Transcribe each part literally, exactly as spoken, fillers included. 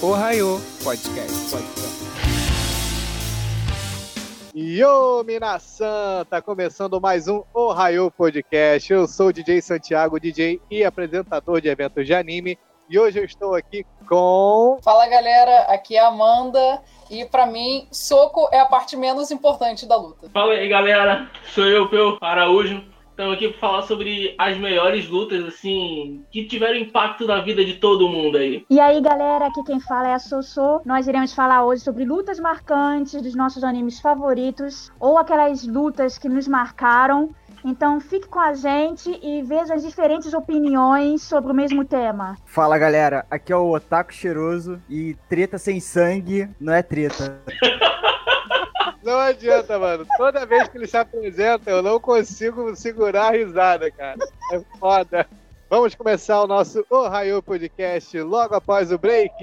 Ohayou Podcast. Podcast. Yo, Minasan! Tá começando mais um Ohayou Podcast. Eu sou o D J Santiago, D J e apresentador de eventos de anime. E hoje eu estou aqui com... Fala, galera. Aqui é a Amanda. E pra mim, soco é a parte menos importante da luta. Fala aí, galera. Sou eu, Peu Araújo. Estamos aqui para falar sobre as melhores lutas, assim, que tiveram impacto na vida de todo mundo aí. E aí, galera, aqui quem fala é a Sossô. Nós iremos falar hoje sobre lutas marcantes dos nossos animes favoritos, ou aquelas lutas que nos marcaram. Então fique com a gente e veja as diferentes opiniões sobre o mesmo tema. Fala, galera, aqui é o Otaku Cheiroso e treta sem sangue não é treta. Não adianta, mano. Toda vez que ele se apresenta, eu não consigo segurar a risada, cara. É foda. Vamos começar o nosso Ohayou Podcast logo após o break.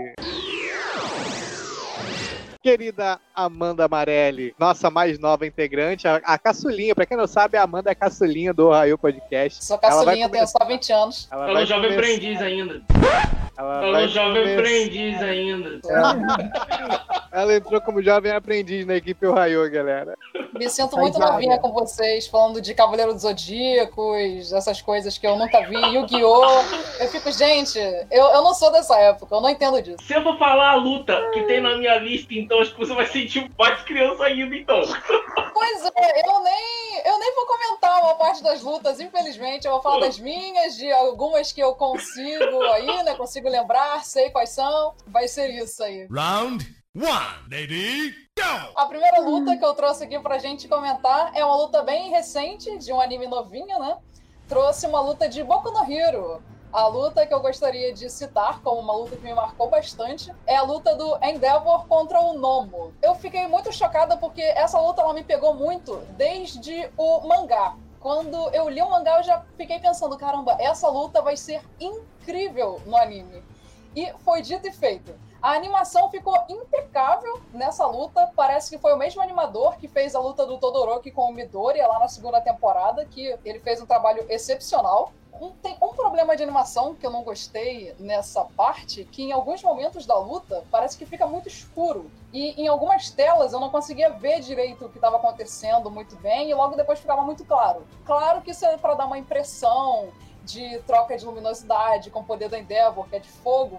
Querida Amanda Marelli, nossa mais nova integrante, a, a caçulinha. Pra quem não sabe, a Amanda é a caçulinha do Ohayou Podcast. Sou caçulinha, tenho só vinte anos. Ela, ela é um jovem começar... aprendiz ainda. Ela, ela é um jovem começar... aprendiz ainda. Ela... ela entrou como jovem aprendiz na equipe Ohayou, galera. Me sinto muito novinha com vocês, falando de Cavaleiro dos Zodíacos, essas coisas que eu nunca vi, Yu-Gi-Oh! Eu fico, gente, eu, eu não sou dessa época, eu não entendo disso. Se eu for falar a luta que tem na minha lista, então acho que você vai sentir mais criança ainda, então. Pois é, eu nem, eu nem vou comentar uma parte das lutas, infelizmente. Eu vou falar das minhas, de algumas que eu consigo aí, né? Consigo lembrar, sei quais são. Vai ser isso aí. Round one, lady, go! A primeira luta que eu trouxe aqui pra gente comentar é uma luta bem recente, de um anime novinho, né? Trouxe uma luta de Boku no Hero. A luta que eu gostaria de citar como uma luta que me marcou bastante é a luta do Endeavor contra o Nomo. Eu fiquei muito chocada porque essa luta ela me pegou muito desde o mangá. Quando eu li o mangá, eu já fiquei pensando, caramba, essa luta vai ser incrível no anime. E foi dito e feito. A animação ficou impecável nessa luta. Parece que foi o mesmo animador que fez a luta do Todoroki com o Midoriya lá na segunda temporada, que ele fez um trabalho excepcional. Um, tem um problema de animação que eu não gostei nessa parte, que em alguns momentos da luta parece que fica muito escuro. E em algumas telas eu não conseguia ver direito o que estava acontecendo muito bem e logo depois ficava muito claro. Claro que isso é para dar uma impressão de troca de luminosidade com o poder do Endeavor, que é de fogo,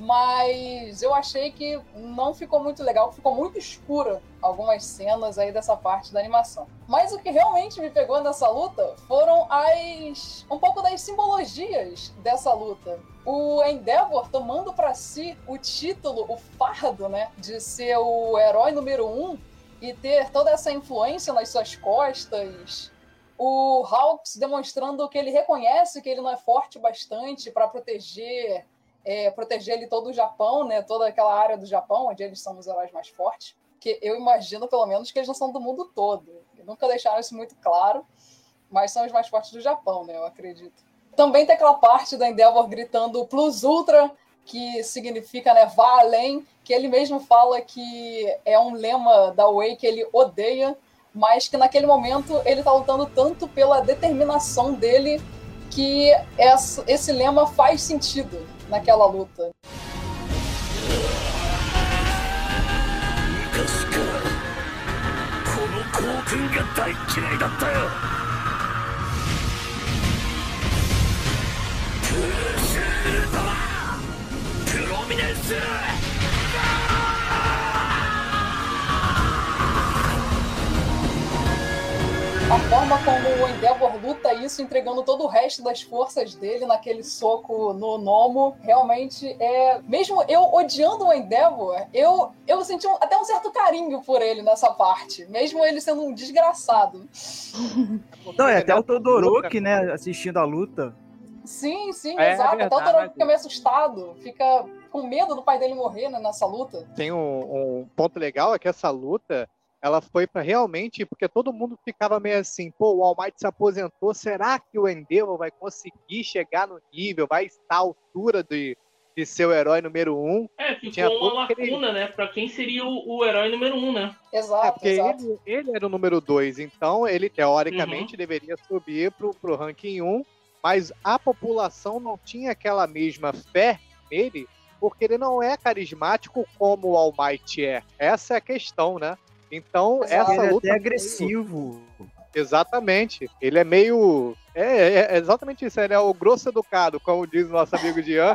mas eu achei que não ficou muito legal, ficou muito escura algumas cenas aí dessa parte da animação. Mas o que realmente me pegou nessa luta foram as um pouco das simbologias dessa luta. O Endeavor tomando para si o título, o fardo, né, de ser o herói número um e ter toda essa influência nas suas costas. O Hawks demonstrando que ele reconhece que ele não é forte bastante para proteger É, proteger ali todo o Japão, né? Toda aquela área do Japão, onde eles são os heróis mais fortes. Que eu imagino, pelo menos, que eles não são do mundo todo. Nunca deixaram isso muito claro, mas são os mais fortes do Japão, né? Eu acredito. Também tem aquela parte da Endeavor gritando Plus Ultra, que significa, né, vá além, que ele mesmo fala que é um lema da Way que ele odeia, mas que naquele momento ele tá lutando tanto pela determinação dele que essa, esse lema faz sentido naquela luta. A forma como o Endeavor luta isso, entregando todo o resto das forças dele naquele soco no Nomo, realmente é... Mesmo eu odiando o Endeavor, eu, eu senti um, até um certo carinho por ele nessa parte, mesmo ele sendo um desgraçado. Não, é até o Todoroki, né, assistindo a luta. Sim, sim, é, exato. É até o Todoroki fica meio assustado, fica com medo do pai dele morrer, né, nessa luta. Tem um, um ponto legal, é que essa luta ela foi para realmente, porque todo mundo ficava meio assim, pô, o All Might se aposentou, será que o Endeavor vai conseguir chegar no nível, vai estar à altura de, de ser o herói número um? É, ficou Tinha uma lacuna, ele... né, pra quem seria o, o herói número um, né? Exato, é, porque exato. Ele, ele era o número dois, então ele teoricamente Uhum. deveria subir pro, pro ranking um, mas a população não tinha aquela mesma fé nele, porque ele não é carismático como o All Might é. Essa é a questão, né? Então, Exato. essa Ele é luta... até agressivo. Exatamente. Ele é meio... É, é exatamente isso. Ele é o grosso educado, como diz o nosso amigo Dian.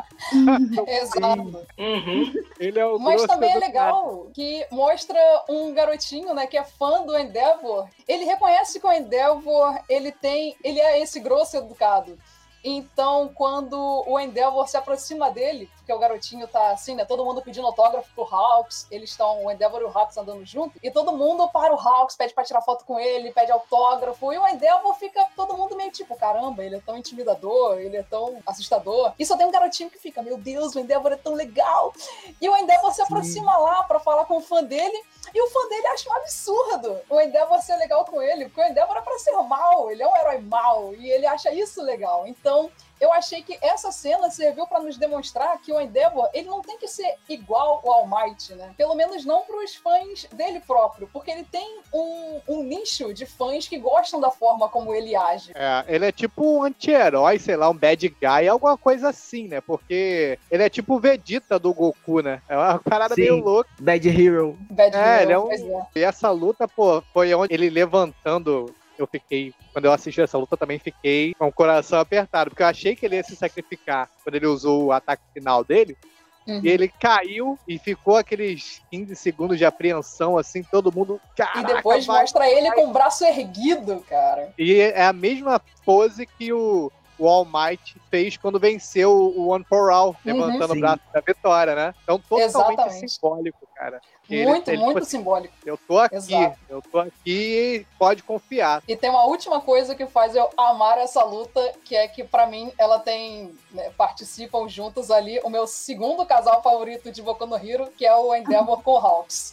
Exato. Uhum. Ele é o Mas grosso também é educado. legal que mostra um garotinho, né, que é fã do Endeavor. Ele reconhece que o Endeavor, ele tem, ele é esse grosso educado. Então, quando o Endeavor se aproxima dele, porque o garotinho tá assim, né, todo mundo pedindo autógrafo pro Hawks, eles estão, o Endeavor e o Hawks andando junto, e todo mundo para o Hawks, pede pra tirar foto com ele, pede autógrafo, e o Endeavor fica todo mundo meio tipo, caramba, ele é tão intimidador, ele é tão assustador. E só tem um garotinho que fica, meu Deus, o Endeavor é tão legal. E o Endeavor se aproxima lá pra falar com o fã dele, e o fã dele acha um absurdo o Endeavor ser legal com ele, porque o Endeavor é pra ser mal, ele é um herói mau, e ele acha isso legal. Então, eu achei que essa cena serviu pra nos demonstrar que o Endeavor, ele não tem que ser igual ao All Might, né? Pelo menos não pros fãs dele próprio, porque ele tem um, um nicho de fãs que gostam da forma como ele age. É, ele é tipo um anti-herói, sei lá, um bad guy, alguma coisa assim, né? Porque ele é tipo o Vegeta do Goku, né? É uma parada Sim. meio louca. Bad Hero. Bad É, Hero, ele é um... pois é. E essa luta, pô, foi onde ele levantando... Eu fiquei, quando eu assisti essa luta, também fiquei com o coração apertado, porque eu achei que ele ia se sacrificar quando ele usou o ataque final dele, Uhum. e ele caiu e ficou aqueles quinze segundos de apreensão, assim, todo mundo, E caraca, depois vai, mostra ele vai. com o braço erguido, cara. E é a mesma pose que o, o All Might fez quando venceu o One for All, levantando Sim. o braço da vitória, né? Então, totalmente Exatamente. simbólico, cara. Ele- Muito, ele, muito tipo, simbólico. eu tô aqui, Exato. eu tô aqui e pode confiar. E tem uma última coisa que faz eu amar essa luta, que é que, pra mim, ela tem... né, participam juntos ali o meu segundo casal favorito de Boku no Hero, que é o Endeavor com o Hawks.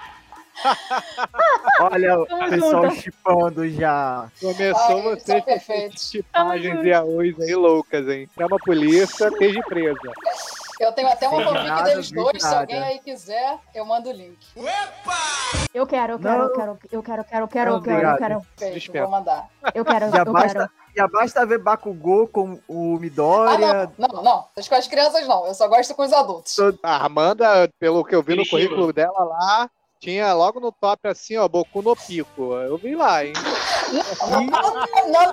Olha o Tamo pessoal junto. chipando já. Começou Ai, você são com perfeitos. essas tipagens e aos aí loucas, hein? Chama a polícia, esteja presa. Eu tenho até uma Sim, fanfic nada, deles vi dois, se nada. alguém aí quiser, eu mando o link. Eu quero, eu quero, Não. eu quero, eu quero, eu quero, eu quero, eu Não, quero, eu obrigado. quero, Feito, Dispensa. vou mandar. eu quero, Já eu basta, quero. já basta ver Bakugou com o Ah, Midoriya. não, não, não. Deixa com as crianças, não. Eu só gosto com os adultos. A Amanda, pelo que eu vi no Kirishima. currículo dela lá, tinha logo no top assim, ó, Boku no Pico. Eu vi lá, hein? Não, não, não, não, não, não,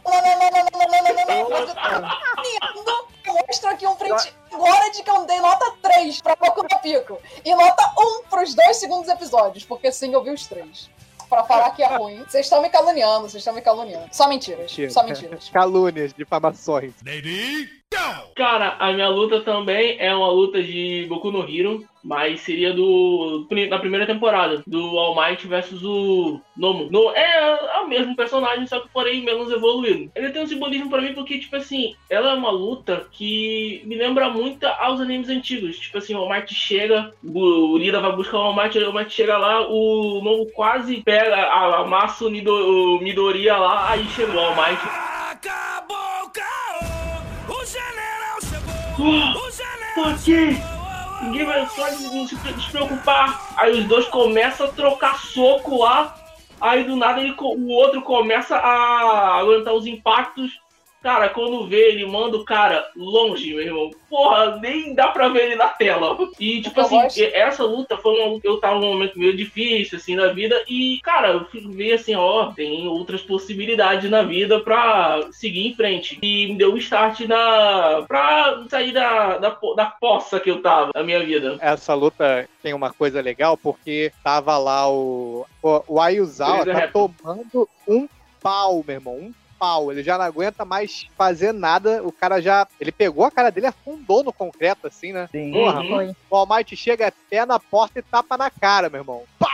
não, não, não, não, não. Mostra aqui um print agora de que eu dei nota três pra Boku no Pico. E nota um pros dois segundos episódios, porque sim, eu vi os três. Pra falar que é ruim. Vocês estão me caluniando, vocês estão me caluniando. Só mentiras, Mentira. só mentiras. Calúnias, difamações. Lady, go! Cara, a minha luta também é uma luta de Boku no Hero, mas seria do da primeira temporada, do All Might versus o Nomu. No, é, é o mesmo personagem, só que porém menos evoluído. Ele tem um simbolismo pra mim porque, tipo assim, ela é uma luta que me lembra muito aos animes antigos. Tipo assim, o All Might chega, o Lida vai buscar o All Might, o All Might chega lá, o Nomu quase pega, amassa o, Nido, o Midoriya lá, aí chegou o All Might. Acabou o caô, o general chegou, Oh, o general por quê? Ninguém vai só não se despreocupar. Aí os dois começam a trocar soco lá. Aí do nada ele, o outro começa a aguentar os impactos. Cara, quando vê, ele manda o cara longe, meu irmão. Porra, nem dá pra ver ele na tela. E, tipo Eu assim, gosto. essa luta foi uma luta. Eu tava num momento meio difícil, assim, na vida. E, cara, eu fui ver assim, ó, tem outras possibilidades na vida pra seguir em frente. E me deu um start na. pra sair da, da, da poça que eu tava na minha vida. Essa luta tem uma coisa legal, porque tava lá o, o, o Aizawa Freezer tá Rap. tomando um pau, meu irmão, um pau. Ele já não aguenta mais fazer nada. O cara já, ele pegou a cara dele e afundou no concreto, assim, né? Sim. Porra, Uhum. Foi. o All Might chega até na porta e tapa na cara, meu irmão. Pá!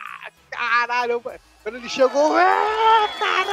Caralho! Quando ele chegou, ah,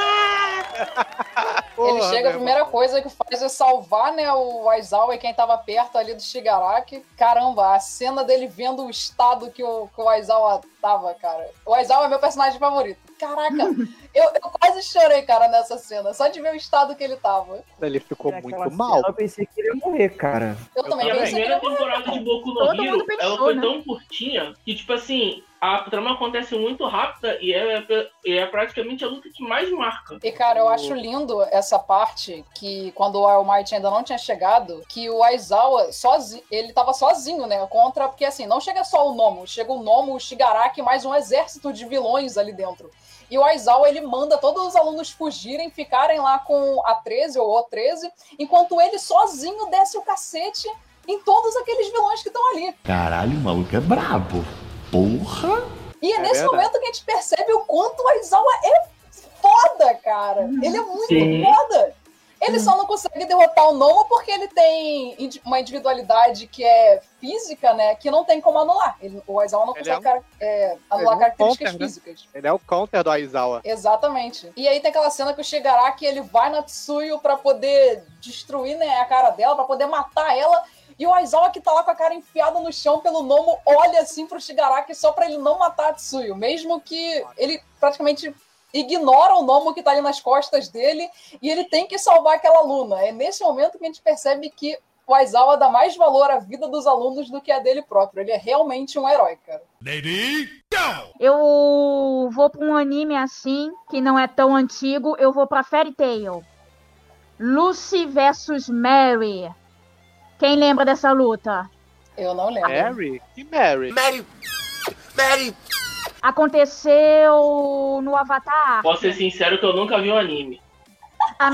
caraca! Porra, Ele chega, a meu primeira irmão. coisa que faz é salvar, né, o Aizawa e quem tava perto ali do Shigaraki. Caramba, a cena dele vendo o estado que o, que o Aizawa tava, cara. O Aizawa é meu personagem favorito. Caraca, eu, eu quase chorei, cara, nessa cena, só de ver o estado que ele tava. Ele ficou Naquela muito cena, mal. Eu pensei que ele ia morrer, cara. Eu, Eu também E a também. pensei que primeira ele ia morrer. temporada de Boku no Todo Hero, mundo pensou, ela foi né? tão curtinha que, tipo assim, a trama acontece muito rápida e é, é praticamente a luta que mais marca. E, cara, eu acho lindo essa parte que, quando o All Might ainda não tinha chegado, que o Aizawa, sozinho, ele tava sozinho, né, contra, porque assim, não chega só o Nomu, chega o Nomu, o Shigaraki, mais um exército de vilões ali dentro. E o Aizawa, ele manda todos os alunos fugirem, ficarem lá com a treze ou o treze, enquanto ele sozinho desce o cacete em todos aqueles vilões que estão ali. Caralho, o maluco é brabo. Porra! E é, É nesse verdade. momento que a gente percebe o quanto o Aizawa é foda, cara. Ele é muito Sim. foda. Ele só não consegue derrotar o Nomu porque ele tem indi- uma individualidade que é física, né? Que não tem como anular. Ele, o Aizawa não Ele consegue é um- cara- é, anular é um características counter, né? físicas. Ele é o counter do Aizawa. Exatamente. E aí tem aquela cena que o Shigaraki, ele vai na Tsuyu pra poder destruir, né, a cara dela, pra poder matar ela. E o Aizawa, que tá lá com a cara enfiada no chão pelo Nomu, olha assim pro Shigaraki só pra ele não matar a Tsuyu. Mesmo que ele praticamente ignora o Nomu que tá ali nas costas dele e ele tem que salvar aquela aluna. É nesse momento que a gente percebe que o Aizawa dá mais valor à vida dos alunos do que a dele próprio. Ele é realmente um herói, cara. Lady, go! Eu vou pra um anime assim, que não é tão antigo, eu vou pra Fairy Tail. Lucy versus Mary. Quem lembra dessa luta? Eu não lembro. Mary? Que Mary? Mary! Mary! Aconteceu no Avatar. Posso ser sincero que eu nunca vi um anime. A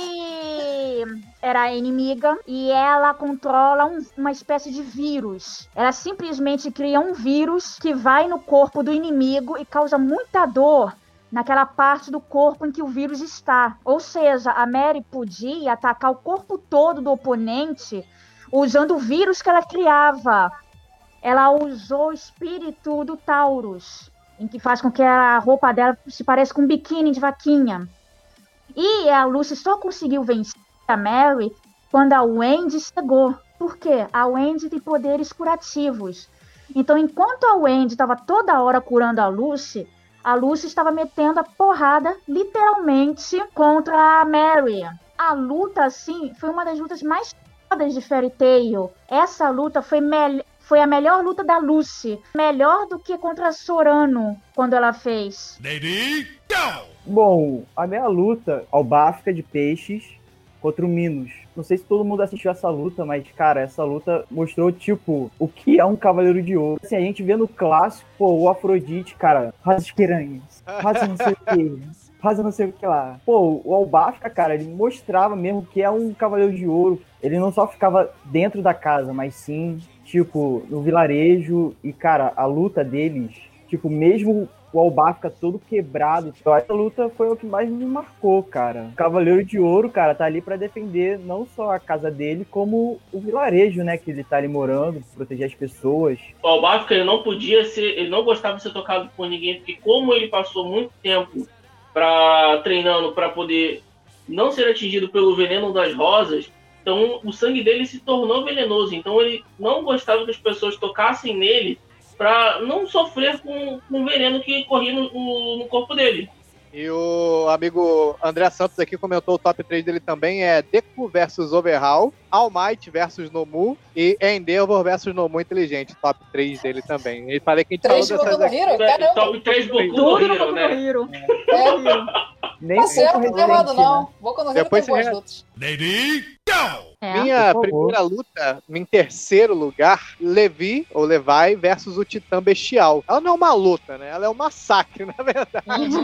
Mary era a inimiga e ela controla um- uma espécie de vírus. Ela simplesmente cria um vírus que vai no corpo do inimigo e causa muita dor naquela parte do corpo em que o vírus está. Ou seja, a Mary podia atacar o corpo todo do oponente usando o vírus que ela criava. Ela usou o espírito do Taurus, em que faz com que a roupa dela se pareça com um biquíni de vaquinha. E a Lucy só conseguiu vencer a Mary quando a Wendy chegou. Por quê? A Wendy tem poderes curativos. Então, enquanto a Wendy estava toda hora curando a Lucy, a Lucy estava metendo a porrada, literalmente, contra a Mary. A luta, assim, foi uma das lutas mais fodas de Fairy Tail. Essa luta foi, me- foi a melhor luta da Lucy. Melhor do que contra a Sorano, quando ela fez. Lady, go! Bom, a minha luta, Albáfica de Peixes contra o Minos. Não sei se todo mundo assistiu essa luta, mas, cara, essa luta mostrou, tipo, o que é um Cavaleiro de Ouro. Assim, a gente vê no clássico, pô, o Afrodite, cara, raça de piranhas, raça não sei o quê, raça não sei o que lá. Pô, o Albáfica, cara, ele mostrava mesmo que é um Cavaleiro de Ouro. Ele não só ficava dentro da casa, mas sim, tipo, no vilarejo. E, cara, a luta deles, tipo, mesmo o Albáfica todo quebrado, eu acho que a luta foi o que mais me marcou, cara. O Cavaleiro de Ouro, cara, tá ali pra defender não só a casa dele, como o vilarejo, né, que ele tá ali morando, proteger as pessoas. O Albáfica, ele não podia ser, ele não gostava de ser tocado por ninguém, porque como ele passou muito tempo pra, treinando para poder não ser atingido pelo veneno das rosas, então o sangue dele se tornou venenoso, então ele não gostava que as pessoas tocassem nele para não sofrer com, com o veneno que corria no, no, no corpo dele. E o amigo André Santos aqui comentou o top três dele também, é Deku versus Overhaul, All Might versus Nomu e Endeavor versus Nomu Inteligente, top três dele também. E falei que a gente Três de falou Boku dessas no aqui. Hero? Caramba. Top três Boku no Tudo no Hero, Boku no né? Hero. É, Nem tá certo, contra o não tá errado Resident, não. né? Boku no Hero Depois tem boas se re- lutas. Lady, go! É. Minha por favor. primeira luta, em terceiro lugar, Levi, ou Levi, versus o Titã Bestial. Ela não é uma luta, né? Ela é um massacre, na verdade.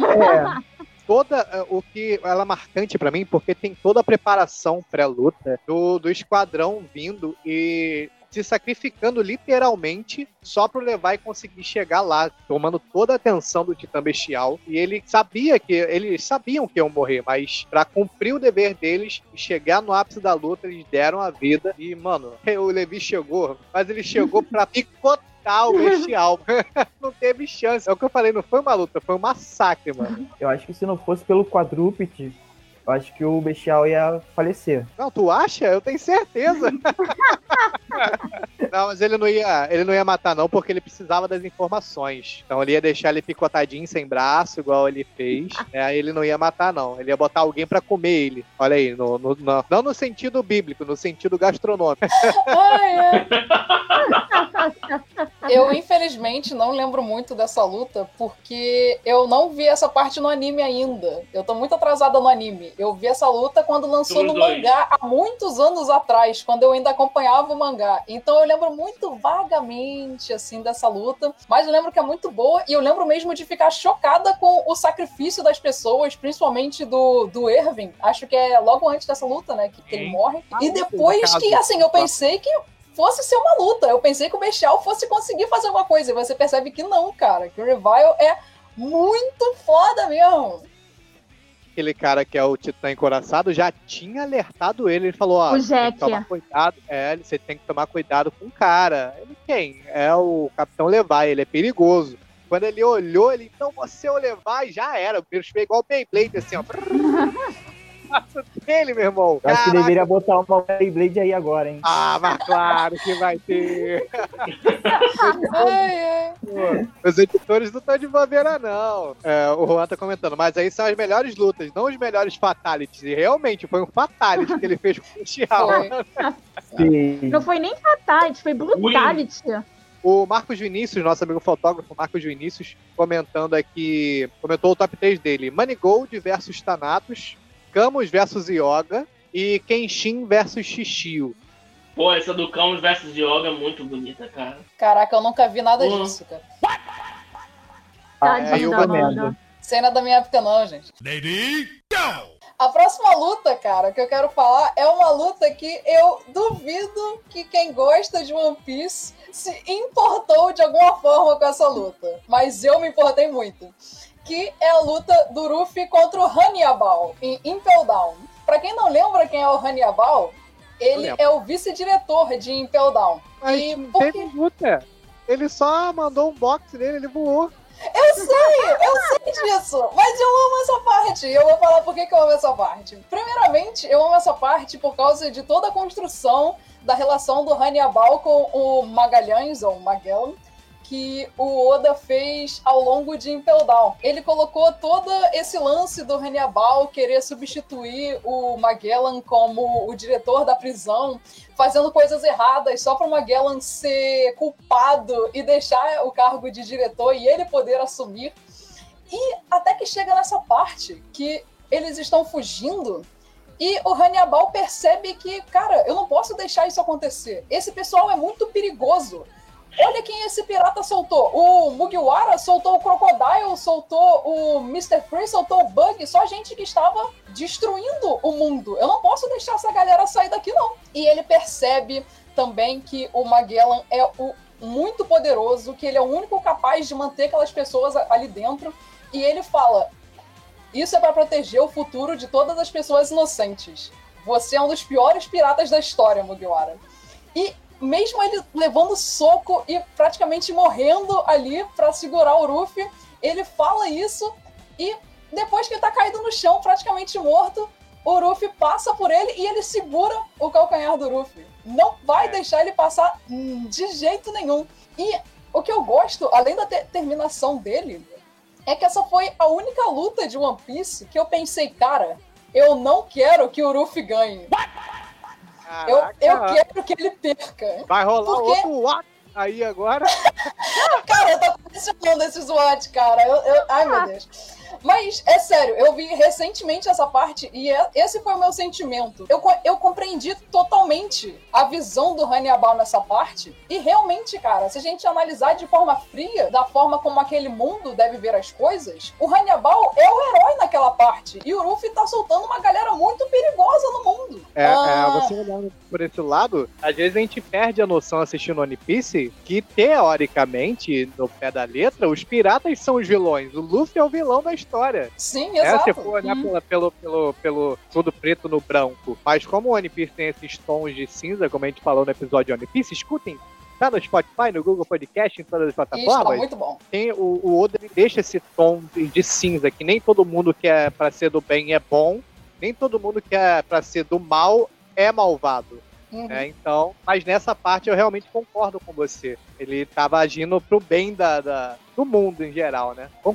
É, Toda eh, o que ela é marcante pra mim, porque tem toda a preparação pré-luta do, do esquadrão vindo e se sacrificando literalmente só pro Levi conseguir chegar lá, tomando toda a atenção do Titã Bestial. E ele sabia que eles sabiam que iam morrer, mas pra cumprir o dever deles e chegar no ápice da luta, eles deram a vida. E, mano, o Levi chegou, mas ele chegou pra picotar o Bestial. Não teve chance. É o que eu falei, não foi uma luta, foi um massacre, mano. eu acho que se não fosse pelo quadrúpede, eu acho que o Bestial ia falecer. Não, tu acha? Eu tenho certeza. Não, mas ele não ia, ele não ia matar não, porque ele precisava das informações. Então ele ia deixar ele picotadinho sem braço, igual ele fez. É, aí ele não ia matar não. Ele ia botar alguém pra comer ele. Olha aí, no, no, no- não no sentido bíblico, no sentido gastronômico. Ai, é. Eu, infelizmente, não lembro muito dessa luta, porque eu não vi essa parte no anime ainda. Eu tô muito atrasada no anime. Eu vi essa luta quando lançou Somos no dois. mangá, há muitos anos atrás, quando eu ainda acompanhava o mangá. Então eu lembro muito vagamente, assim, dessa luta. Mas eu lembro que é muito boa, e eu lembro mesmo de ficar chocada com o sacrifício das pessoas, principalmente do, do Erwin. Acho que é logo antes dessa luta, né, que, que ele morre. Ah, E no depois caso. que, assim, eu pensei que fosse ser uma luta. Eu pensei que o Bestial fosse conseguir fazer alguma coisa. E você percebe que não, cara. Que o Revile é muito foda mesmo. Aquele cara que é o Titã Encoraçado já tinha alertado ele. Ele falou, ó, O você tem que Jack. tomar cuidado. É, você tem que tomar cuidado com o cara. Ele quem? É o Capitão Levi, ele é perigoso. Quando ele olhou, ele, então você é o Levi, já era. O bicho veio igual o Beyblade, assim, ó. Passa dele, meu irmão. Eu acho que Caraca. deveria botar uma Beyblade aí agora, hein? Ah, mas claro que vai ter. Ai, ai. Pô, os editores não estão de bobeira, não. É, o Juan tá comentando, mas aí são as melhores lutas, não os melhores fatalities. E realmente foi um fatality que ele fez com o Chial. Foi. Sim. Não foi nem fatality, foi brutality. O Marcos Vinícius, nosso amigo fotógrafo Marcos Vinícius, comentando aqui, comentou o top três dele: Manigold versus Thanatos, Camus versus Yoga e Kenshin versus Shishio. Pô, essa do Camus versus Yoga é muito bonita, cara. Caraca, eu nunca vi nada Pô. disso, cara. Tadinho é, e o da Batman. Amanda. Cena da minha época não, gente. Lady, go! A próxima luta, cara, que eu quero falar é uma luta que eu duvido que quem gosta de One Piece se importou de alguma forma com essa luta. Mas eu me importei muito. Que é a luta do Ruffy contra o Hannibal em Impel Down. Pra quem não lembra quem é o Hannibal, ele lembro. é o vice-diretor de Impel Down. Mas E não por teve luta. Ele só mandou um box dele, ele voou. Eu sei, eu sei disso, mas eu amo essa parte. E eu vou falar por que que eu amo essa parte. Primeiramente, eu amo essa parte por causa de toda a construção da relação do Hannibal com o Magalhães, ou Magellan, que o Oda fez ao longo de Impel Down. Ele colocou todo esse lance do Hannibal querer substituir o Magellan como o diretor da prisão, fazendo coisas erradas só para o Magellan ser culpado e deixar o cargo de diretor e ele poder assumir. E até que chega nessa parte que eles estão fugindo e o Hannibal percebe que, cara, eu não posso deixar isso acontecer. Esse pessoal é muito perigoso. Olha quem esse pirata soltou. O Mugiwara soltou o Crocodile, soltou o mister Free, soltou o Bug. Só gente que estava destruindo o mundo. Eu não posso deixar essa galera sair daqui, não. E ele percebe também que o Magellan é o muito poderoso, que ele é o único capaz de manter aquelas pessoas ali dentro. E ele fala, isso é para proteger o futuro de todas as pessoas inocentes. Você é um dos piores piratas da história, Mugiwara. E mesmo ele levando soco e praticamente morrendo ali pra segurar o Ruffy, ele fala isso e depois que ele tá caído no chão, praticamente morto, o Ruffy passa por ele e ele segura o calcanhar do Ruffy. Não vai deixar ele passar de jeito nenhum. E o que eu gosto, além da te- terminação dele, é que essa foi a única luta de One Piece que eu pensei, cara, eu não quero que o Ruffy ganhe. Eu, eu quero que ele perca. Vai rolar Porque- outro What aí agora. Cara, eu tô colecionando esses SWAT, cara. Eu, eu- ai, meu Deus. Mas, é sério, eu vi recentemente essa parte e é- esse foi o meu sentimento. Eu, co- eu compreendi totalmente a visão do Hannibal nessa parte. E realmente, cara, se a gente analisar de forma fria, da forma como aquele mundo deve ver as coisas, o Hannibal é o herói naquela parte. E o Ruffy tá soltando uma galera muito perigosa no mundo. É, Ah, é, você olhando por esse lado, às vezes a gente perde a noção assistindo One Piece que, teoricamente, no pé da letra, os piratas são os vilões. O Luffy é o vilão da história. Sim, É, exato. se for olhar pela- pelo, pelo, pelo tudo preto no branco. Mas como o One Piece tem esses tons de cinza, como a gente falou no episódio de One Piece, escutem. Tá no Spotify, no Google Podcast, em todas as Isso, tá plataformas. muito bom. Tem o, o Oda ele deixa esse tom de, de cinza, que nem todo mundo que é pra ser do bem é bom, nem todo mundo que é pra ser do mal é malvado. Uhum. É, então, mas nessa parte eu realmente concordo com você. Ele tava agindo pro bem da, da- do mundo em geral, né? Concordo. T-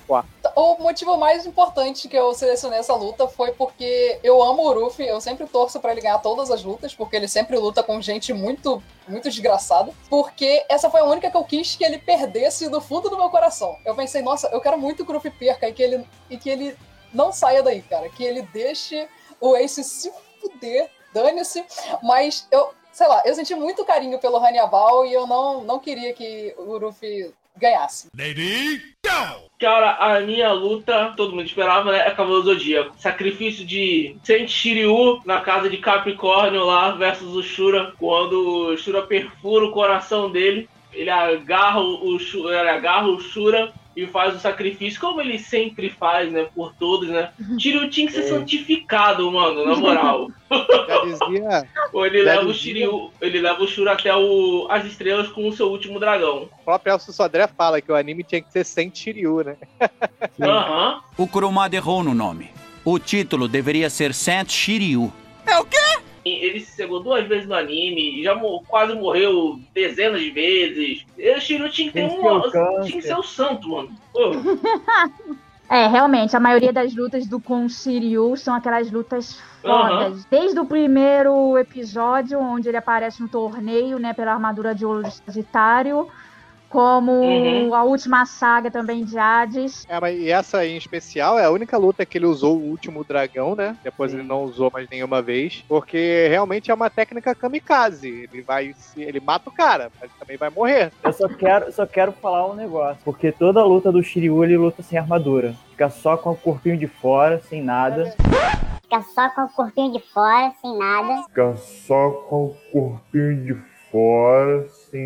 o motivo mais importante que eu selecionei essa luta foi porque eu amo o Ruffy, eu sempre torço pra ele ganhar todas as lutas, porque ele sempre luta com gente muito, muito desgraçada, porque essa foi a única que eu quis que ele perdesse do fundo do meu coração. Eu pensei, nossa, eu quero muito que o Ruffy perca e que ele, e que ele não saia daí, cara, que ele deixe o Ace se fuder, dane-se, mas eu, sei lá, eu senti muito carinho pelo Hannibal e eu não, não queria que o Ruffy ganhasse. Lady, go! Cara, a minha luta, todo mundo esperava, né? É Cavaleiro do Zodíaco. Sacrifício de Saint Shiryu na casa de Capricórnio lá versus o Shura. Quando o Shura perfura o coração dele, ele agarra o, Shura, ele agarra o Shura e faz o sacrifício, como ele sempre faz, né? Por todos, né? Shiryu tinha que ser é. santificado, mano, na moral. Já dizia... Ou ele já leva dizia... o Shiryu, ele leva o Shura até o, as estrelas com o seu último dragão. O próprio Elcio Sodré fala que o anime tinha que ser Saint Shiryu, né? Aham. O Kurumada errou no nome. O título deveria ser Saint Shiryu. É o quê? Ele se cegou duas vezes no anime, já mo- quase morreu dezenas de vezes. E o Shiryu tinha que ter um. Tinha que ser o santo, mano. Pô. É, realmente, a maioria das lutas do com Shiryu são aquelas lutas fodas. Uhum. Desde o primeiro episódio, onde ele aparece no torneio, né, pela armadura de ouro de Sagitário, como uhum. a última saga também de Hades. É, mas e essa aí em especial é a única luta que ele usou o último dragão, né? Depois Sim. ele não usou mais nenhuma vez, porque realmente é uma técnica kamikaze. Ele vai, ele mata o cara, mas também vai morrer. Eu só quero, só quero falar um negócio, porque toda luta do Shiryu ele luta sem armadura. Fica só com o corpinho de fora, sem nada. Fica só com o corpinho de fora, sem nada. Fica só com o corpinho de fora, sem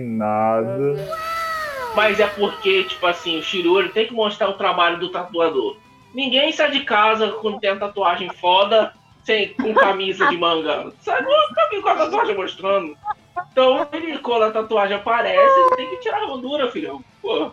nada. Mas é porque, tipo assim, o Shiryu ele tem que mostrar o trabalho do tatuador. Ninguém sai de casa quando tem a tatuagem foda, sem, com camisa de manga. Sai com a tatuagem mostrando. Então, ele, quando a tatuagem aparece, ele tem que tirar a armadura, filhão. Pô.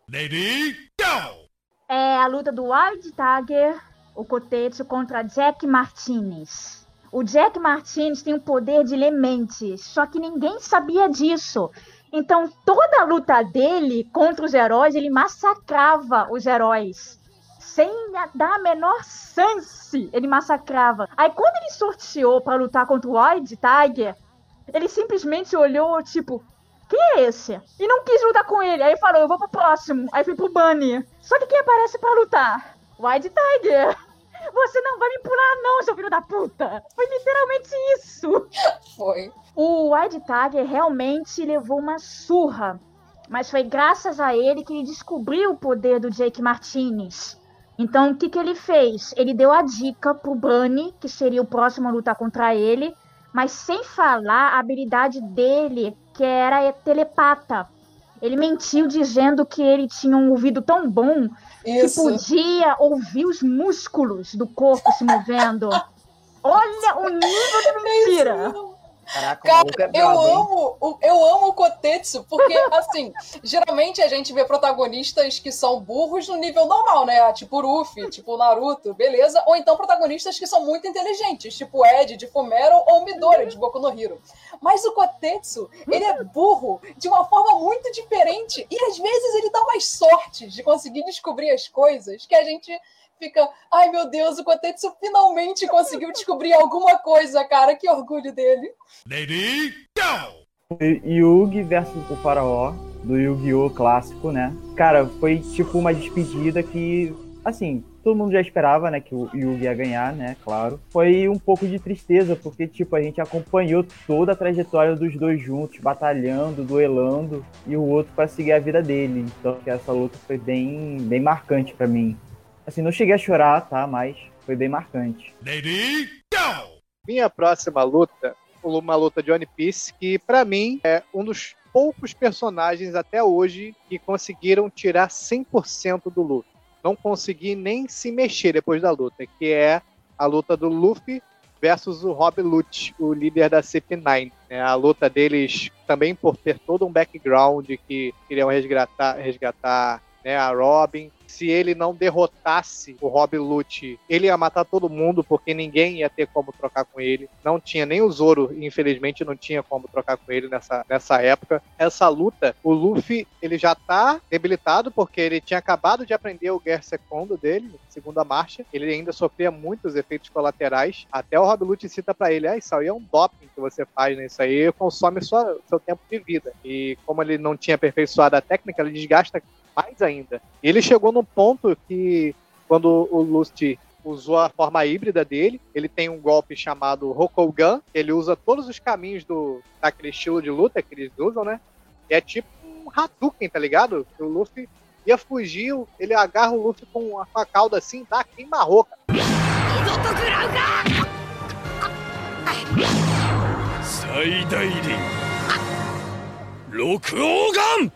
Lady, go! É a luta do Wild Tiger, o Kotetsu, contra Jack Martinez. O Jack Martinez tem o poder de ler mentes, só que ninguém sabia disso. Então, toda a luta dele contra os heróis, ele massacrava os heróis. Sem dar a menor chance, ele massacrava. Aí, quando ele sorteou pra lutar contra o Wild Tiger, ele simplesmente olhou, tipo, quem é esse? E não quis lutar com ele. Aí falou, eu vou pro próximo. Aí fui pro Bunny. Só que quem aparece pra lutar? Wild Tiger. Você não vai me pular não, seu filho da puta. Foi literalmente isso. Foi. O Wild Tiger realmente levou uma surra, mas foi graças a ele que ele descobriu o poder do Jake Martinez. Então, o que, que ele fez? Ele deu a dica pro Bunny, que seria o próximo a lutar contra ele, mas sem falar a habilidade dele, que era telepata. Ele mentiu dizendo que ele tinha um ouvido tão bom Isso. que podia ouvir os músculos do corpo se movendo. Olha o nível de mentira! Caraca, cara, é eu brabo, amo, o, eu amo o Kotetsu, porque, assim, geralmente a gente vê protagonistas que são burros no nível normal, né? Tipo Luffy, tipo Naruto, beleza? Ou então protagonistas que são muito inteligentes, tipo Ed, de Fumero, ou Midori, de Boku no Hero. Mas o Kotetsu, ele é burro de uma forma muito diferente, e às vezes ele dá mais sorte de conseguir descobrir as coisas que a gente... fica, ai meu Deus, o Kotetsu finalmente conseguiu descobrir alguma coisa, cara, que orgulho dele. Lady, go! Yugi versus o Faraó, do Yu-Gi-Oh! Clássico, né? Cara, foi tipo uma despedida que, assim, todo mundo já esperava, né, que o Yugi ia ganhar, né, claro. Foi um pouco de tristeza, porque, tipo, a gente acompanhou toda a trajetória dos dois juntos, batalhando, duelando, e o outro para seguir a vida dele. Então, essa luta foi bem, bem marcante pra mim. Assim, não cheguei a chorar, tá? Mas foi bem marcante. Lady, go! Minha próxima luta, uma luta de One Piece, que pra mim é um dos poucos personagens até hoje que conseguiram tirar cem por cento do Luffy. Não consegui nem se mexer depois da luta, que é a luta do Luffy versus o Rob Lute, o líder da C P nove. É a luta deles também por ter todo um background que queriam resgatar, resgatar né, a Robin. Se ele não derrotasse o Rob Lute, ele ia matar todo mundo, porque ninguém ia ter como trocar com ele. Não tinha nem o Zoro, infelizmente, não tinha como trocar com ele nessa, nessa época. Essa luta, o Luffy, ele já tá debilitado, porque ele tinha acabado de aprender o Guerra Secondo dele, segunda marcha. Ele ainda sofria muitos efeitos colaterais. Até o Rob Lute cita pra ele, ah, isso aí é um doping que você faz, né? Isso aí consome sua, seu tempo de vida. E como ele não tinha aperfeiçoado a técnica, ele desgasta mais ainda. E ele chegou num ponto que, quando o Lusty usou a forma híbrida dele, ele tem um golpe chamado Rokugan, que ele usa todos os caminhos do, daquele estilo de luta que eles usam, né? E é tipo um Hadouken, tá ligado? O Luffy ia fugir, ele agarra o Luffy com a, com a cauda assim, dá queima-roca. Rokugan!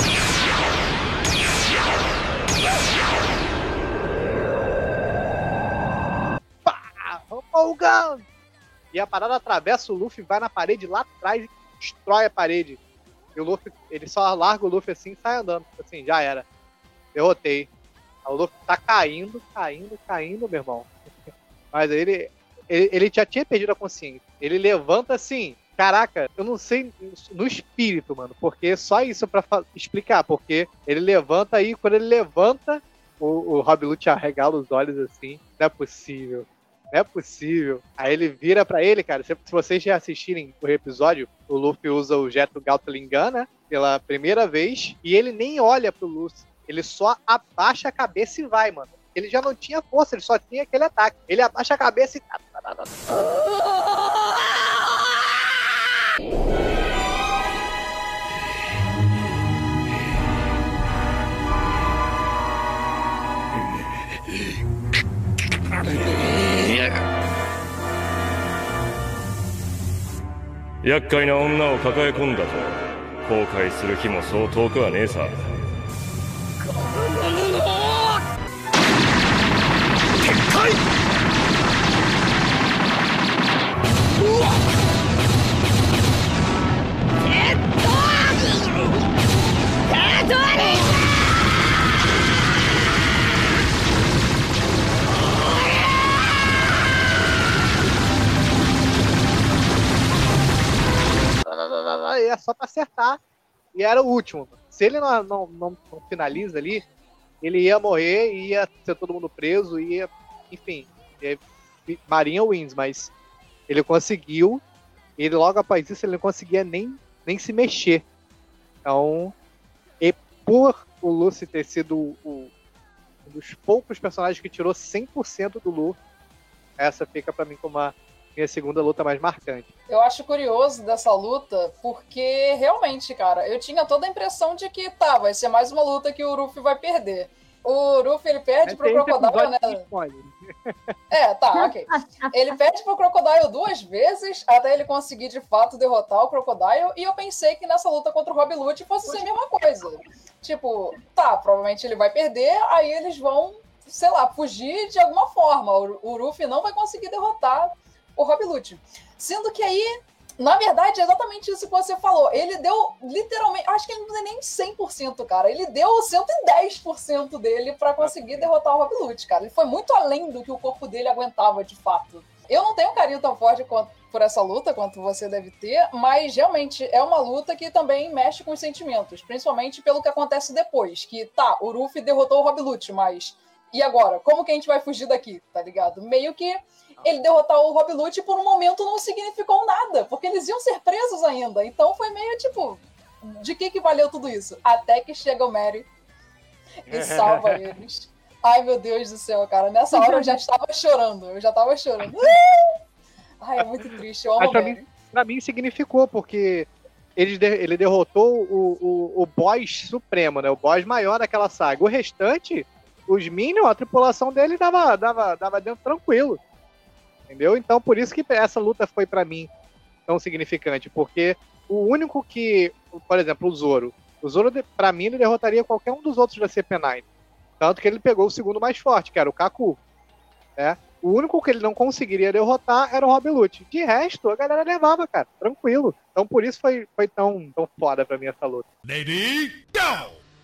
Rokugan! E a parada atravessa o Luffy, vai na parede lá atrás e destrói a parede. E o Luffy, ele só larga o Luffy assim e sai andando. Assim, já era. Derrotei. O Luffy tá caindo, caindo, caindo, meu irmão. Mas ele, ele, ele já tinha perdido a consciência. Ele levanta assim. Caraca, eu não sei no espírito, mano. Porque só isso pra explicar. Porque ele levanta aí, quando ele levanta, o, o Rob Lute arregala os olhos assim. Não é possível. Não é possível. Aí ele vira pra ele, cara. Se vocês já assistirem o episódio, o Luffy usa o Jeto Gatling Gun, né? Pela primeira vez. E ele nem olha pro Luffy. Ele só abaixa a cabeça e vai, mano. Ele já não tinha força, ele só tinha aquele ataque. Ele abaixa a cabeça e... 厄介な女を抱え込んだと後悔する日もそう遠くはねえさ。この者撤回。うわっテッドテッドリー é só pra acertar. E era o último. Se ele não, não, não, não finaliza ali, ele ia morrer, ia ser todo mundo preso, ia, enfim, ia, Marinha wins, mas ele conseguiu. Ele logo após isso ele não conseguia nem, nem se mexer. Então, e por o Luffy ter sido o, um dos poucos personagens que tirou cem por cento do Luffy, essa fica pra mim como a minha segunda luta mais marcante. Eu acho curioso dessa luta, porque realmente, cara, eu tinha toda a impressão de que tá, vai ser mais uma luta que o Luffy vai perder. O Luffy, ele perde pro Crocodile, né? É, tá, ok. Ele perde pro Crocodile duas vezes, até ele conseguir, de fato, derrotar o Crocodile, e eu pensei que nessa luta contra o Rob Lute fosse ser a mesma coisa. Tipo, tá, provavelmente ele vai perder, aí eles vão, sei lá, fugir de alguma forma. O Luffy não vai conseguir derrotar o Rob Lute. Sendo que aí, na verdade, é exatamente isso que você falou. Ele deu, literalmente, acho que ele não é nem cem por cento, cara. Ele deu cento e dez por cento dele pra conseguir derrotar o Rob Lute, cara. Ele foi muito além do que o corpo dele aguentava, de fato. Eu não tenho um carinho tão forte quanto, por essa luta quanto você deve ter, mas realmente é uma luta que também mexe com os sentimentos, principalmente pelo que acontece depois. Que, tá, o Luffy derrotou o Rob Lute, mas e agora? Como que a gente vai fugir daqui, tá ligado? Meio que ele derrotar o Rob Lute por um momento não significou nada, porque eles iam ser presos ainda. Então foi meio tipo, de que que valeu tudo isso? Até que chega o Mary e salva eles. Ai, meu Deus do céu, cara. Nessa hora eu já estava chorando. Eu já estava chorando. Ai, é muito triste. Eu amo Mas pra o Mary. mim, pra mim significou, porque ele, de- ele derrotou o, o, o boss supremo, né? O boss maior daquela saga. O restante, os Minions, a tripulação dele dava, dava, dava dentro tranquilo. Entendeu? Então, por isso que essa luta foi pra mim tão significante, porque o único que, por exemplo, o Zoro, o Zoro, de- pra mim, ele derrotaria qualquer um dos outros da C P nove. Tanto que ele pegou o segundo mais forte, que era o Kaku. Né? O único que ele não conseguiria derrotar era o Rob Lute. De resto, a galera levava, cara, tranquilo. Então, por isso foi, foi tão, tão foda pra mim essa luta. Lady, go!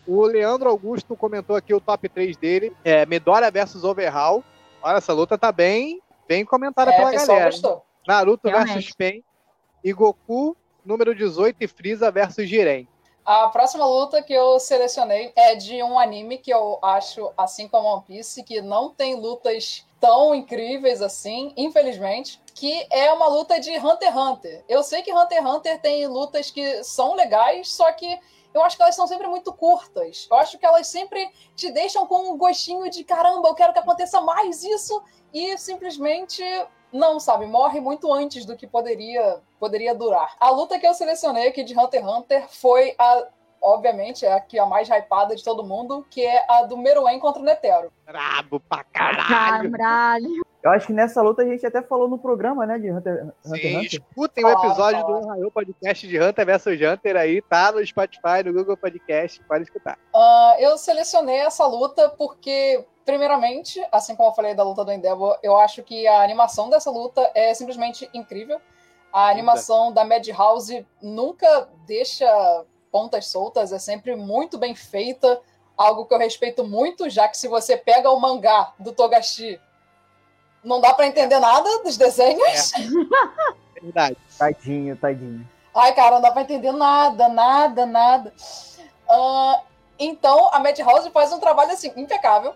O Leandro Augusto comentou aqui o top três dele. É Midoriya versus Overhaul. Olha, essa luta tá bem, bem comentada É, pela o pessoal galera. gostou. Naruto Realmente. versus Pain. E Goku, número dezoito, e Freeza versus Jiren. A próxima luta que eu selecionei é de um anime que eu acho, assim como One Piece, que não tem lutas tão incríveis assim, infelizmente, que é uma luta de Hunter x Hunter. Eu sei que Hunter x Hunter tem lutas que são legais, só que eu acho que elas são sempre muito curtas. Eu acho que elas sempre te deixam com um gostinho de caramba, eu quero que aconteça mais isso, e simplesmente não, sabe? Morre muito antes do que poderia, poderia durar. A luta que eu selecionei aqui de Hunter x Hunter foi a, obviamente, é aqui a mais hypada de todo mundo, que é a do Meruem contra o Netero. Brabo pra caralho! Caralho. Eu acho que nessa luta a gente até falou no programa, né, de Hunter, Hunter Sim, x Hunter. escutem o episódio Fala, fala. do Ohio Podcast de Hunter versus Hunter aí, tá no Spotify, no Google Podcast, pode escutar. Uh, eu selecionei essa luta porque, primeiramente, assim como eu falei da luta do Endeavor, eu acho que a animação dessa luta é simplesmente incrível. A animação da Madhouse nunca deixa pontas soltas, é sempre muito bem feita, algo que eu respeito muito, já que se você pega o mangá do Togashi, não dá pra entender nada dos desenhos. É. Verdade. Tadinho, tadinho. Ai, cara, não dá pra entender nada, nada, nada. Uh, então, a Madhouse faz um trabalho, assim, impecável.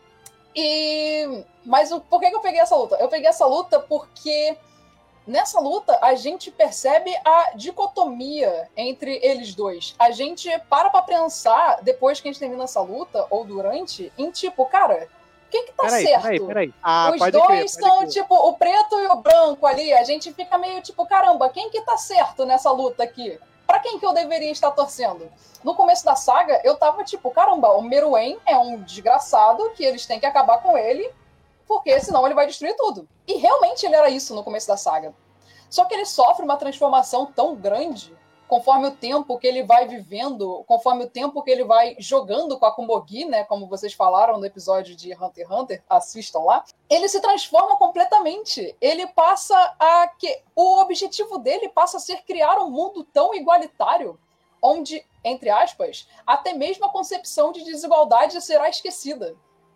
E... Mas o, por que que eu peguei essa luta? Eu peguei essa luta porque nessa luta a gente percebe a dicotomia entre eles dois. A gente para pra pensar, depois que a gente termina essa luta, ou durante, em tipo, cara, quem que tá Peraí, certo? peraí, peraí. Ah, Os pode dois crer, pode são, crer. tipo, o preto e o branco ali. A gente fica meio tipo, caramba, quem que tá certo nessa luta aqui? Pra quem que eu deveria estar torcendo? No começo da saga, eu tava tipo, caramba, o Meruem é um desgraçado que eles têm que acabar com ele, porque senão ele vai destruir tudo. E realmente ele era isso no começo da saga. Só que ele sofre uma transformação tão grande, conforme o tempo que ele vai vivendo, conforme o tempo que ele vai jogando com a Kumogi, né, como vocês falaram no episódio de Hunter x Hunter, assistam lá, ele se transforma completamente. Ele passa a... que o objetivo dele passa a ser criar um mundo tão igualitário, onde, entre aspas, até mesmo a concepção de desigualdade será esquecida.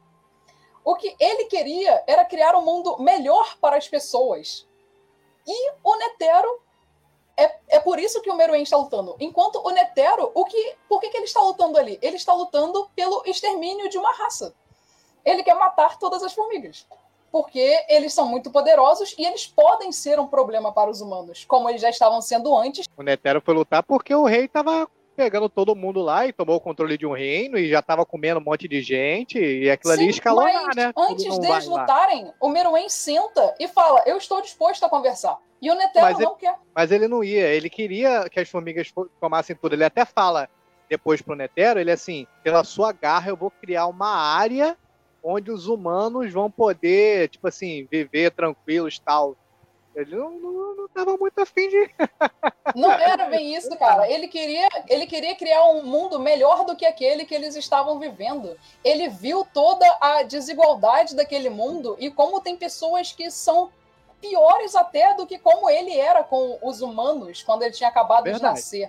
O que ele queria era criar um mundo melhor para as pessoas. E o Netero, é, é por isso que o Meruem está lutando. Enquanto o Netero, o que, por que, que ele está lutando ali? Ele está lutando pelo extermínio de uma raça. Ele quer matar todas as formigas. Porque eles são muito poderosos e eles podem ser um problema para os humanos, como eles já estavam sendo antes. O Netero foi lutar porque o rei tava pegando todo mundo lá e tomou o controle de um reino e já tava comendo um monte de gente e aquilo ali escalou lá, mas né? antes Ele não deles vai lá. lutarem, o Meruem senta e fala, eu estou disposto a conversar. E o Netero Mas não ele- quer. Mas ele não ia, ele queria que as formigas fo- tomassem tudo. Ele até fala depois pro Netero, ele assim, pela sua garra eu vou criar uma área onde os humanos vão poder, tipo assim, viver tranquilos e tal. Ele não, não, não tava muito afim de... Não era bem isso, cara. Ele queria, ele queria criar um mundo melhor do que aquele que eles estavam vivendo. Ele viu toda a desigualdade daquele mundo e como tem pessoas que são piores até do que como ele era com os humanos quando ele tinha acabado Verdade. de nascer.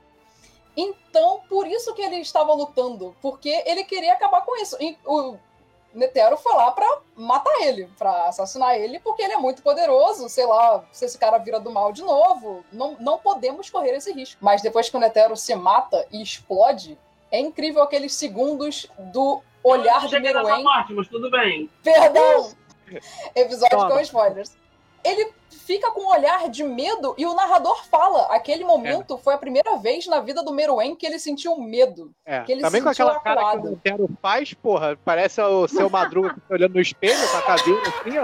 Então, por isso que ele estava lutando, porque ele queria acabar com isso. E o Netero foi lá pra matar ele, pra assassinar ele, porque ele é muito poderoso, sei lá, se esse cara vira do mal de novo, não, não podemos correr esse risco. Mas depois que o Netero se mata e explode, é incrível aqueles segundos do olhar do Cheguei nessa Meruem. parte, mas tudo bem. Perdão! Episódio Toma. com spoilers. Ele fica com um olhar de medo e o narrador fala, aquele momento foi a primeira vez na vida do Meruem que ele sentiu medo. É, Que ele também com sentiu aquela cara que acuado. o Netero faz, porra, parece o seu Madruga que tá olhando no espelho com a caveira assim,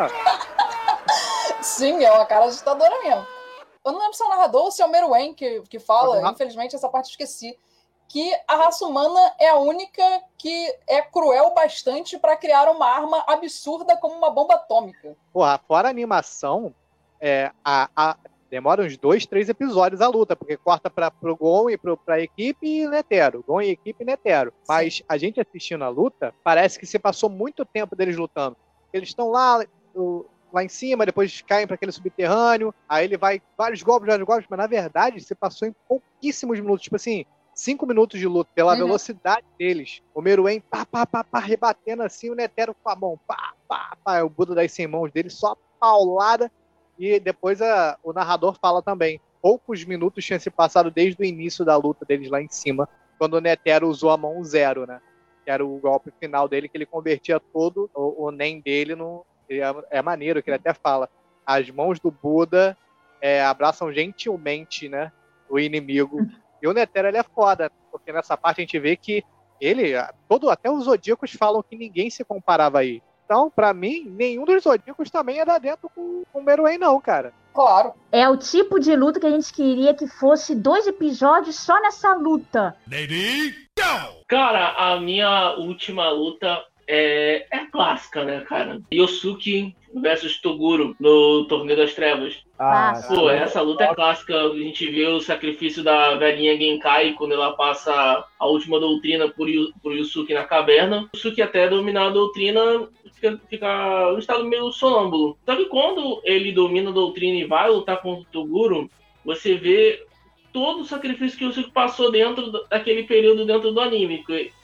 ó. Sim, é uma cara assustadora mesmo. Eu não lembro se é o narrador ou se é o Meruem que, que fala, Uhum. infelizmente essa parte eu esqueci, que a raça humana é a única que é cruel bastante pra criar uma arma absurda como uma bomba atômica. Porra, fora a animação, é, a, a- demora uns dois, três episódios a luta, porque corta pra, pro Gon e pro, pra equipe e Netero. Gon e equipe e Netero. Mas a gente assistindo a luta, parece que se passou muito tempo deles lutando. Eles estão lá, o- lá em cima, depois caem pra aquele subterrâneo, aí ele vai vários golpes, vários golpes, mas na verdade se passou em pouquíssimos minutos. Tipo assim, cinco minutos de luta, pela Uhum. velocidade deles. O Meruem, pá, pá, pá, pá, rebatendo assim, o Netero com a mão, pá, pá, pá, o Buda das cem mãos dele, só paulada. E depois a, o narrador fala também, poucos minutos tinham se passado desde o início da luta deles lá em cima, quando o Netero usou a mão zero, né? Que era o golpe final dele, que ele convertia todo o, o Nen dele no... É, é maneiro, que ele até fala, as mãos do Buda é, abraçam gentilmente, né, o inimigo. E o Netero, ele é foda, porque nessa parte a gente vê que ele, todo, até os Zodíacos falam que ninguém se comparava aí. Então, pra mim, nenhum dos Zodíacos também era dentro com, com o Meruem, não, cara. Claro. É o tipo de luta que a gente queria que fosse dois episódios só nessa luta. Lady, go! Cara, a minha última luta é, é clássica, né, cara? Yosuke versus Toguro no Torneio das Trevas. Ah, Pô, essa luta é clássica. A gente vê o sacrifício da velhinha Genkai quando ela passa a última doutrina por, Yu, por Yusuke na caverna. O Yusuke, até dominar a doutrina, fica, fica no estado meio sonâmbulo. Só que quando ele domina a doutrina e vai lutar contra o Toguro, você vê todo o sacrifício que o Yusuke passou dentro daquele período dentro do anime.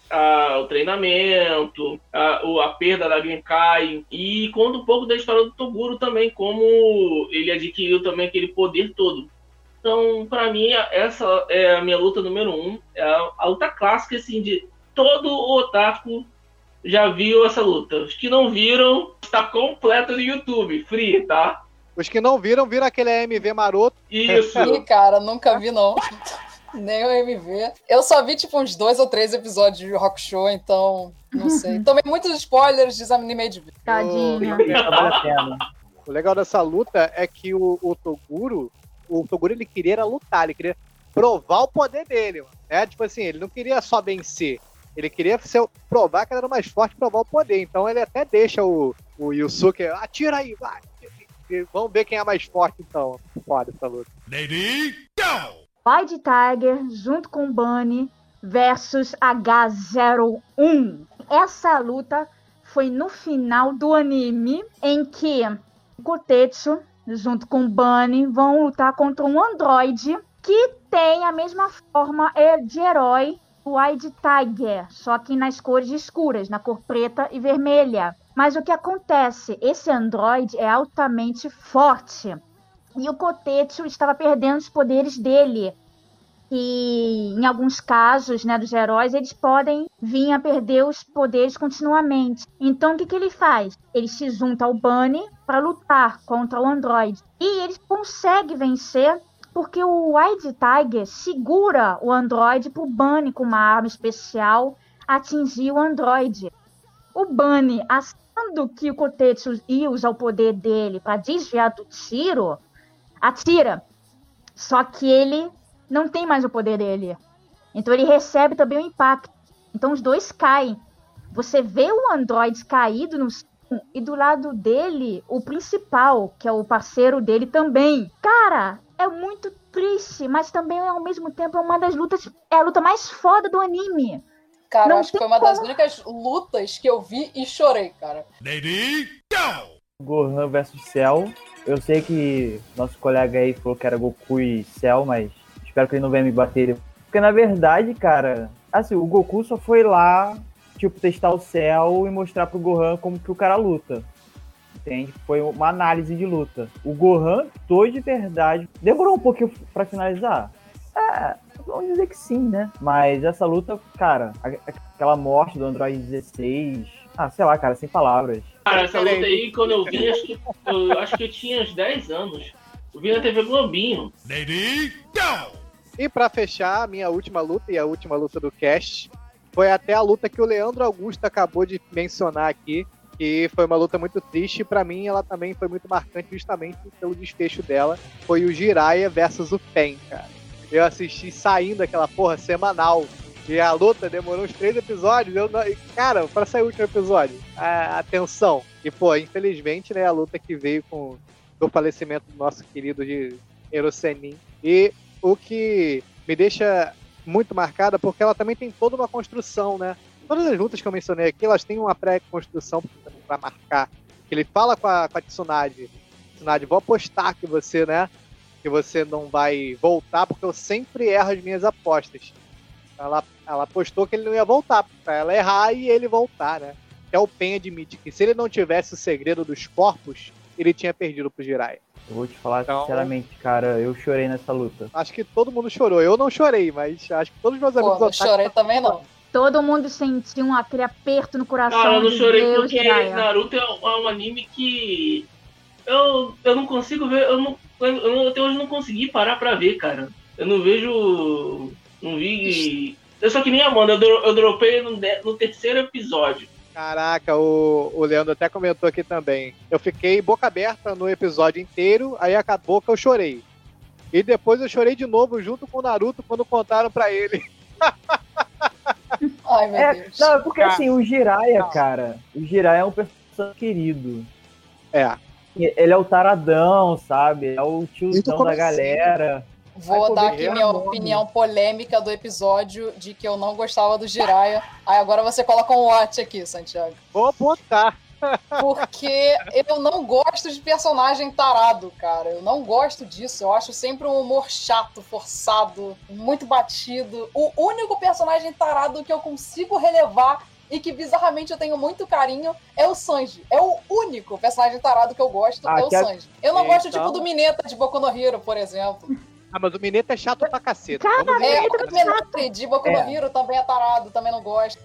A, o treinamento, a, o, a perda da Genkai, e conta um pouco da história do Toguro também, como ele adquiriu também aquele poder todo. Então, pra mim, essa é a minha luta número um, é a, a luta clássica, assim, de todo o otaku já viu essa luta. Os que não viram, está completa no YouTube, free, tá? Os que não viram, viram aquele M V maroto. Isso. Ih, cara, nunca vi, não. Nem o M V. Eu só vi, tipo, uns dois ou três episódios de Rock Show, então, não sei. Tomei muitos spoilers de anime de vídeo. Tadinha. Vale a pena. O legal dessa luta é que o, o Toguro, o Toguro, ele queria era lutar, ele queria provar o poder dele, mano, né? Tipo assim, ele não queria só vencer, ele queria ser, provar que ele era mais forte, provar o poder. Então ele até deixa o, o Yusuke, atira aí, vai. E vamos ver quem é mais forte, então. Foda essa luta. Lady, go! White Tiger junto com Bunny versus H zero um. Essa luta foi no final do anime, em que Kotetsu junto com Bunny vão lutar contra um androide que tem a mesma forma de herói do White Tiger, só que nas cores escuras, na cor preta e vermelha. Mas o que acontece? Esse androide é altamente forte. E o Kotetsu estava perdendo os poderes dele. E em alguns casos, né, dos heróis, eles podem vir a perder os poderes continuamente. Então o que, que ele faz? Ele se junta ao Bunny para lutar contra o androide. E ele consegue vencer porque o White Tiger segura o androide para o Bunny, com uma arma especial, atingir o androide. O Bunny, achando que o Kotetsu ia usar o poder dele para desviar do tiro, atira. Só que ele não tem mais o poder dele. Então ele recebe também o impacto. Então os dois caem. Você vê o androide caído no chão e do lado dele o principal, que é o parceiro dele também. Cara, é muito triste, mas também ao mesmo tempo é uma das lutas, é a luta mais foda do anime. Cara, Não eu acho que tem foi uma das como- únicas lutas que eu vi e chorei, cara. Lady, go! Gohan versus Cell. Eu sei que nosso colega aí falou que era Goku e Cell, mas espero que ele não venha me bater. Porque na verdade, cara, assim, o Goku só foi lá, tipo, testar o Cell e mostrar pro Gohan como que o cara luta. Entende? Foi uma análise de luta. O Gohan lutou de verdade. Demorou um pouquinho pra finalizar? É, vamos dizer que sim, né? Mas essa luta, cara, a- aquela morte do Android dezesseis... Ah, sei lá, cara, sem palavras. Cara, essa luta aí, quando eu vi, acho que eu, acho que eu tinha uns dez anos. Eu vi na T V Globinho. Lady, go! E pra fechar, a minha última luta e a última luta do cast foi até a luta que o Leandro Augusto acabou de mencionar aqui, que foi uma luta muito triste, e pra mim ela também foi muito marcante justamente pelo desfecho dela. Foi o Jiraiya versus o Pen, cara. Eu assisti saindo aquela porra semanal, e a luta demorou uns três episódios, eu não... cara, pra sair o último episódio, a, a tensão. E pô, infelizmente, né, a luta que veio com o falecimento do nosso querido de Erosenin. E o que me deixa muito marcada, porque ela também tem toda uma construção, né? Todas as lutas que eu mencionei aqui, elas têm uma pré-construção pra marcar. Ele fala com a, com a Tsunade, Tsunade, vou apostar que você, né, que você não vai voltar, porque eu sempre erro as minhas apostas. Ela, ela apostou que ele não ia voltar, pra ela errar e ele voltar, né? Até o Pen admite que se ele não tivesse o segredo dos corpos, ele tinha perdido pro Jiraiya. Eu vou te falar Então- sinceramente, cara, eu chorei nessa luta. Acho que todo mundo chorou. Eu não chorei, mas acho que todos os meus Pô, amigos não otakus- chorei também não. Todo mundo sentiu um, aquele aperto no coração. Cara, eu não de chorei ver o porque Jiraiya. Naruto é um, é um anime que eu, eu não consigo ver, eu não, eu não- até hoje não consegui parar pra ver, cara. Eu não vejo, não vi, eu sou que nem a Amanda, eu, dro- eu dropei no, de- no terceiro episódio. Caraca, o, o Leandro até comentou aqui também. Eu fiquei boca aberta no episódio inteiro, aí acabou que eu chorei. E depois eu chorei de novo junto com o Naruto quando contaram pra ele. Ai, meu É, Deus. não, porque Cara, assim, o Jiraiya, não. cara, o Jiraiya é um personagem querido. É. Ele é o taradão, sabe? É o Desde o tiozão da comecinho. galera. Vou Vai dar comer aqui ela minha morre. opinião polêmica do episódio de que eu não gostava do Jiraiya. Aí agora você coloca um watch aqui, Santiago. Vou botar. Porque eu não gosto de personagem tarado, cara. Eu não gosto disso. Eu acho sempre um humor chato, forçado, muito batido. O único personagem tarado que eu consigo relevar e que bizarramente eu tenho muito carinho é o Sanji. É o único personagem tarado que eu gosto, Ah, é o que a- Sanji. Eu não gosto, Então- tipo, do Mineta de Boku no Hero, por exemplo. Ah, mas o Mineta é chato pra caceta. Cara, Vamos ver. É, Mineta o Mineta de Boku no É. Hero também é tarado, também não gosto.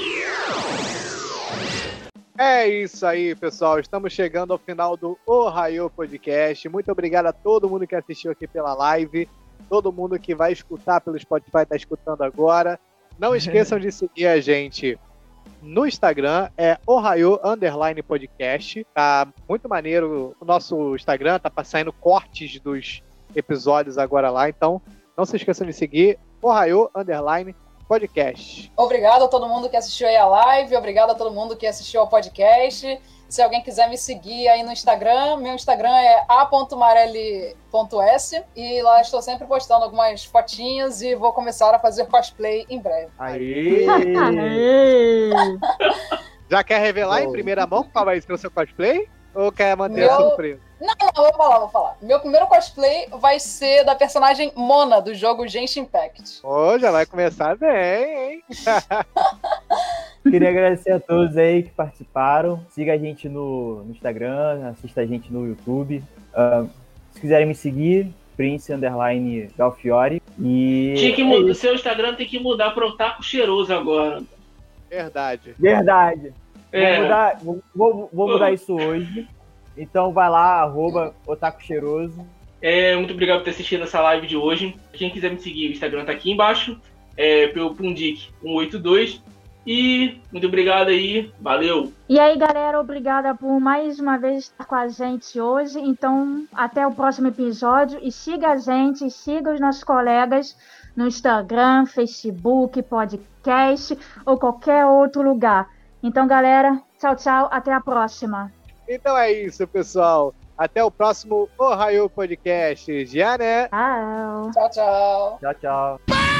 É isso aí, pessoal. Estamos chegando ao final do Ohio Podcast. Muito obrigado a todo mundo que assistiu aqui pela live. Todo mundo que vai escutar pelo Spotify está escutando agora. Não esqueçam de seguir a gente no Instagram, é Ohio Underline Podcast. Tá muito maneiro o nosso Instagram, tá saindo cortes dos episódios agora lá. Então, não se esqueçam de seguir Ohio Underline Podcast. Obrigado a todo mundo que assistiu aí a live, obrigado a todo mundo que assistiu ao podcast. Se alguém quiser me seguir aí no Instagram, meu Instagram é a ponto marelli ponto s e lá estou sempre postando algumas fotinhas e vou começar a fazer cosplay em breve. Aê! Aê! Já quer revelar em Bom. primeira mão qual vai ser o seu cosplay? Ou quer manter Meu- a surpresa? Não, não, vou falar, vou falar. Meu primeiro cosplay vai ser da personagem Mona, do jogo Genshin Impact. Ô, já vai começar bem, hein? Queria agradecer a todos aí que participaram. Siga a gente no, no Instagram, assista a gente no YouTube. Ah, se quiserem me seguir, Prince Underline Galfiore. E Tinha que é mudar, isso. seu Instagram tem que mudar para Otaku Cheiroso agora. Verdade. Verdade. É. Vou mudar, vou, vou- vou mudar isso hoje. Então vai lá, arroba Otaku Cheiroso. É, muito obrigado por ter assistido essa live de hoje. Quem quiser me seguir, o Instagram tá aqui embaixo. É pelo Pundik cento e oitenta e dois. E muito obrigado aí. Valeu! E aí, galera, obrigada por mais uma vez estar com a gente hoje. Então, até o próximo episódio. E siga a gente, e siga os nossos colegas no Instagram, Facebook, podcast ou qualquer outro lugar. Então, galera, tchau, tchau. Até a próxima. Então é isso, pessoal. Até o próximo Ohio Podcast. Já, né? Tchau. Tchau, tchau. Tchau, tchau.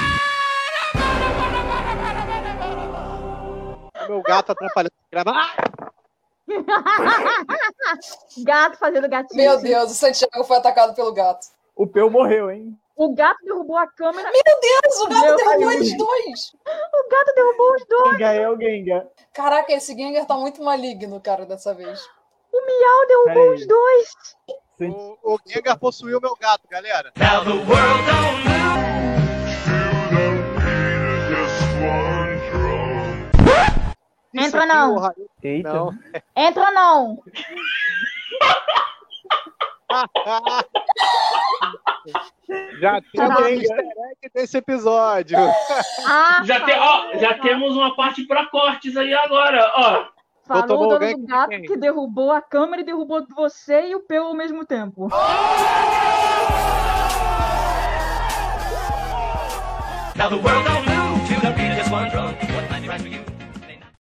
O meu gato atrapalhando o gravar. Gato fazendo gatinho. Meu Deus, o Santiago foi atacado pelo gato. O Peu morreu, hein? O gato derrubou a câmera. Meu Deus, o gato Meu derrubou Deus. eles dois. O gato derrubou os dois. Quem ganhou é o Gengar. Caraca, esse Gengar tá muito maligno, cara, dessa vez. O Miau derrubou Pera aí. os dois. O, o Gengar possuiu meu gato, galera. Isso Entra aqui, não. Ohio- Eita. Não. Entra não. Já temos Caralho. um easter egg desse episódio. Ah, Já, te- ó, já temos uma parte para cortes aí agora, ó. falou tomar o o dono gank do de gato quem? que derrubou a câmera e derrubou você e o Peu ao mesmo tempo. Now the world don't move to the beat of just one drum. What might be right for you